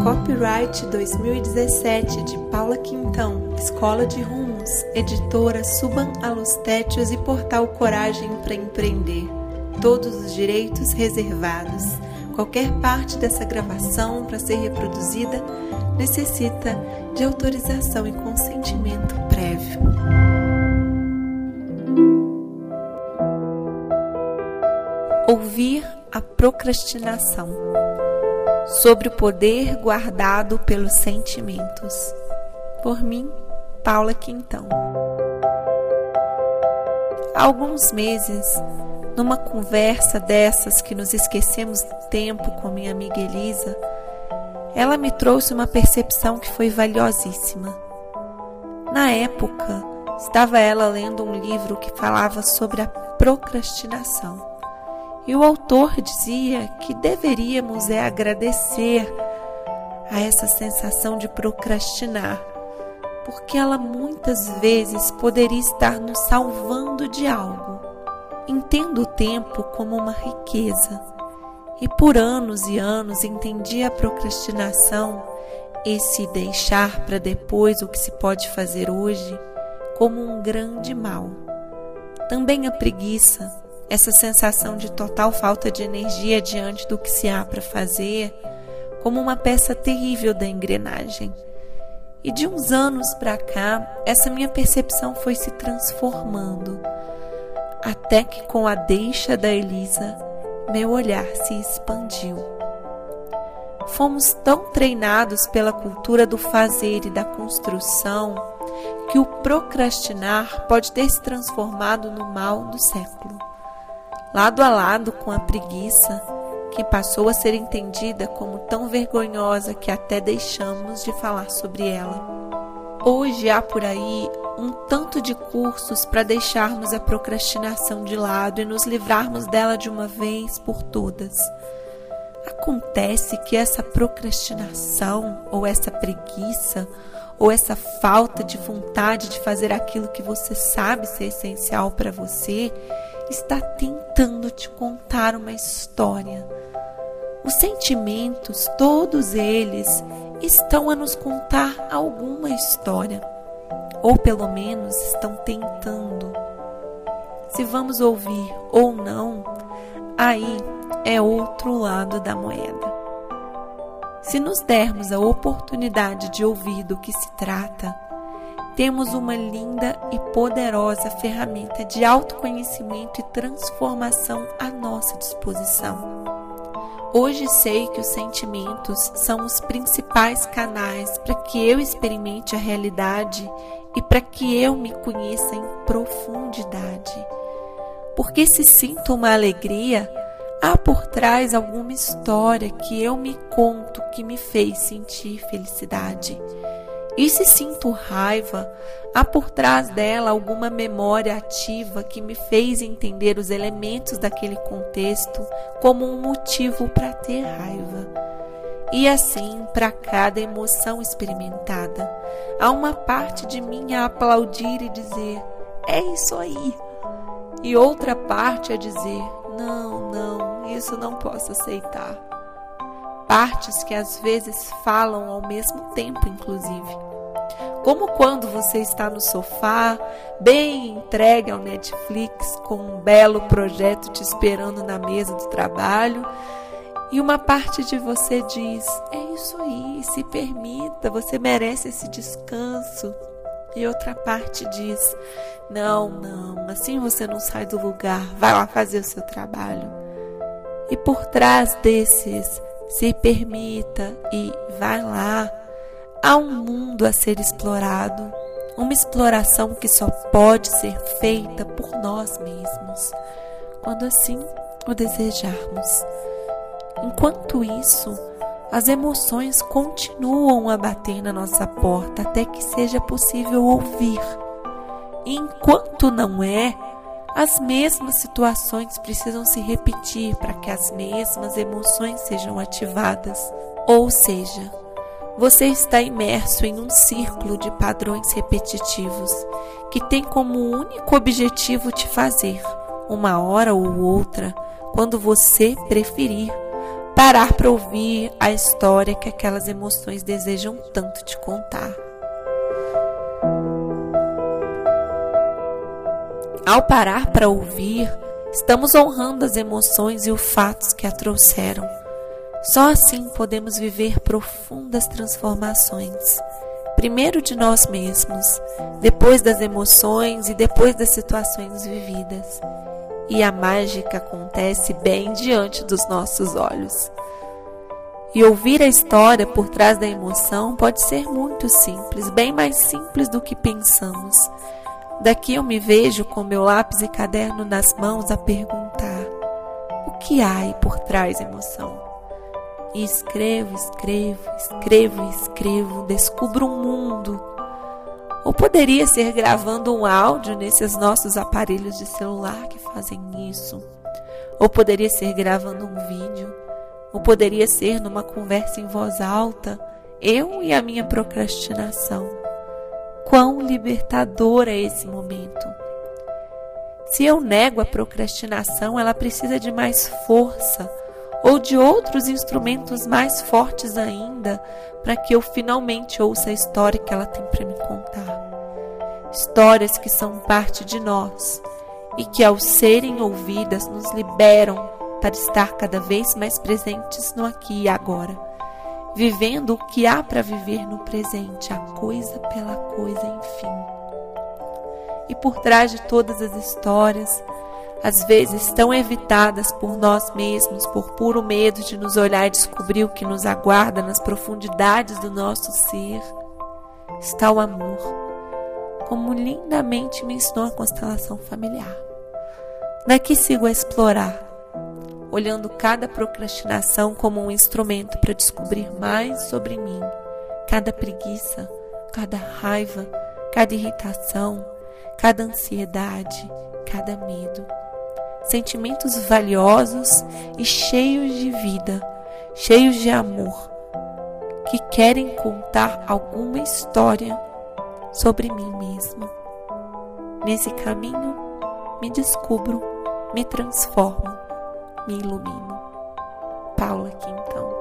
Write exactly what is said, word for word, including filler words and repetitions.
Copyright dois mil e dezessete de Paula Quintão, Escola de Rumos, editora Suban Alustétios e portal Coragem para Empreender. Todos os direitos reservados. Qualquer parte dessa gravação para ser reproduzida necessita de autorização e consentimento prévio. Ouvir a procrastinação. Sobre o poder guardado pelos sentimentos. Por mim, Paula Quintão. Há alguns meses, numa conversa dessas que nos esquecemos do tempo com minha amiga Elisa, ela me trouxe uma percepção que foi valiosíssima. Na época, estava ela lendo um livro que falava sobre a procrastinação. E o autor dizia que deveríamos é agradecer a essa sensação de procrastinar, porque ela muitas vezes poderia estar nos salvando de algo. Entendo o tempo como uma riqueza, e por anos e anos entendi a procrastinação, esse deixar para depois o que se pode fazer hoje, como um grande mal. Também a preguiça, essa sensação de total falta de energia diante do que se há para fazer, como uma peça terrível da engrenagem. E de uns anos para cá, essa minha percepção foi se transformando, até que com a deixa da Elisa, meu olhar se expandiu. Fomos tão treinados pela cultura do fazer e da construção, que o procrastinar pode ter se transformado no mal do século. Lado a lado com a preguiça, que passou a ser entendida como tão vergonhosa que até deixamos de falar sobre ela. Hoje há por aí um tanto de cursos para deixarmos a procrastinação de lado e nos livrarmos dela de uma vez por todas. Acontece que essa procrastinação, ou essa preguiça, ou essa falta de vontade de fazer aquilo que você sabe ser essencial para você, está tentando te contar uma história. Os sentimentos, todos eles, estão a nos contar alguma história, ou pelo menos estão tentando. Se vamos ouvir ou não, aí é outro lado da moeda. Se nos dermos a oportunidade de ouvir do que se trata, temos uma linda e poderosa ferramenta de autoconhecimento e transformação à nossa disposição. Hoje sei que os sentimentos são os principais canais para que eu experimente a realidade e para que eu me conheça em profundidade. Porque se sinto uma alegria, há por trás alguma história que eu me conto que me fez sentir felicidade. E se sinto raiva, há por trás dela alguma memória ativa que me fez entender os elementos daquele contexto como um motivo para ter raiva. E assim, para cada emoção experimentada, há uma parte de mim a aplaudir e dizer, é isso aí. E outra parte a dizer, não, não, isso não posso aceitar. Partes que às vezes falam ao mesmo tempo, inclusive. Como quando você está no sofá, bem entregue ao Netflix, com um belo projeto te esperando na mesa do trabalho, e uma parte de você diz, é isso aí, se permita, você merece esse descanso. E outra parte diz, não, não, assim você não sai do lugar, vai lá fazer o seu trabalho. E por trás desses, se permita e vai lá, há um mundo a ser explorado, uma exploração que só pode ser feita por nós mesmos, quando assim o desejarmos. Enquanto isso, as emoções continuam a bater na nossa porta até que seja possível ouvir. E enquanto não é, as mesmas situações precisam se repetir para que as mesmas emoções sejam ativadas. Ou seja, você está imerso em um círculo de padrões repetitivos que tem como único objetivo te fazer, uma hora ou outra, quando você preferir, parar para ouvir a história que aquelas emoções desejam tanto te contar. Ao parar para ouvir, estamos honrando as emoções e os fatos que a trouxeram. Só assim podemos viver profundas transformações. Primeiro de nós mesmos, depois das emoções e depois das situações vividas. E a mágica acontece bem diante dos nossos olhos. E ouvir a história por trás da emoção pode ser muito simples, bem mais simples do que pensamos. Daqui eu me vejo com meu lápis e caderno nas mãos a perguntar: o que há aí por trás da emoção? E escrevo, escrevo, escrevo, escrevo, descubro um mundo. Ou poderia ser gravando um áudio nesses nossos aparelhos de celular que fazem isso. Ou poderia ser gravando um vídeo. Ou poderia ser numa conversa em voz alta, eu e a minha procrastinação. Quão libertador é esse momento. Se eu nego a procrastinação, ela precisa de mais força ou de outros instrumentos mais fortes ainda para que eu finalmente ouça a história que ela tem para me contar. Histórias que são parte de nós e que, ao serem ouvidas, nos liberam para estar cada vez mais presentes no aqui e agora, vivendo o que há para viver no presente, a coisa pela coisa, enfim. E por trás de todas as histórias, às vezes tão evitadas por nós mesmos, por puro medo de nos olhar e descobrir o que nos aguarda nas profundidades do nosso ser, está o amor, como lindamente me ensinou a constelação familiar. Daqui sigo a explorar, olhando cada procrastinação como um instrumento para descobrir mais sobre mim, cada preguiça, cada raiva, cada irritação, cada ansiedade, cada medo. Sentimentos valiosos e cheios de vida, cheios de amor, que querem contar alguma história sobre mim mesma. Nesse caminho, me descubro, me transformo, me ilumino. Paula Quintão.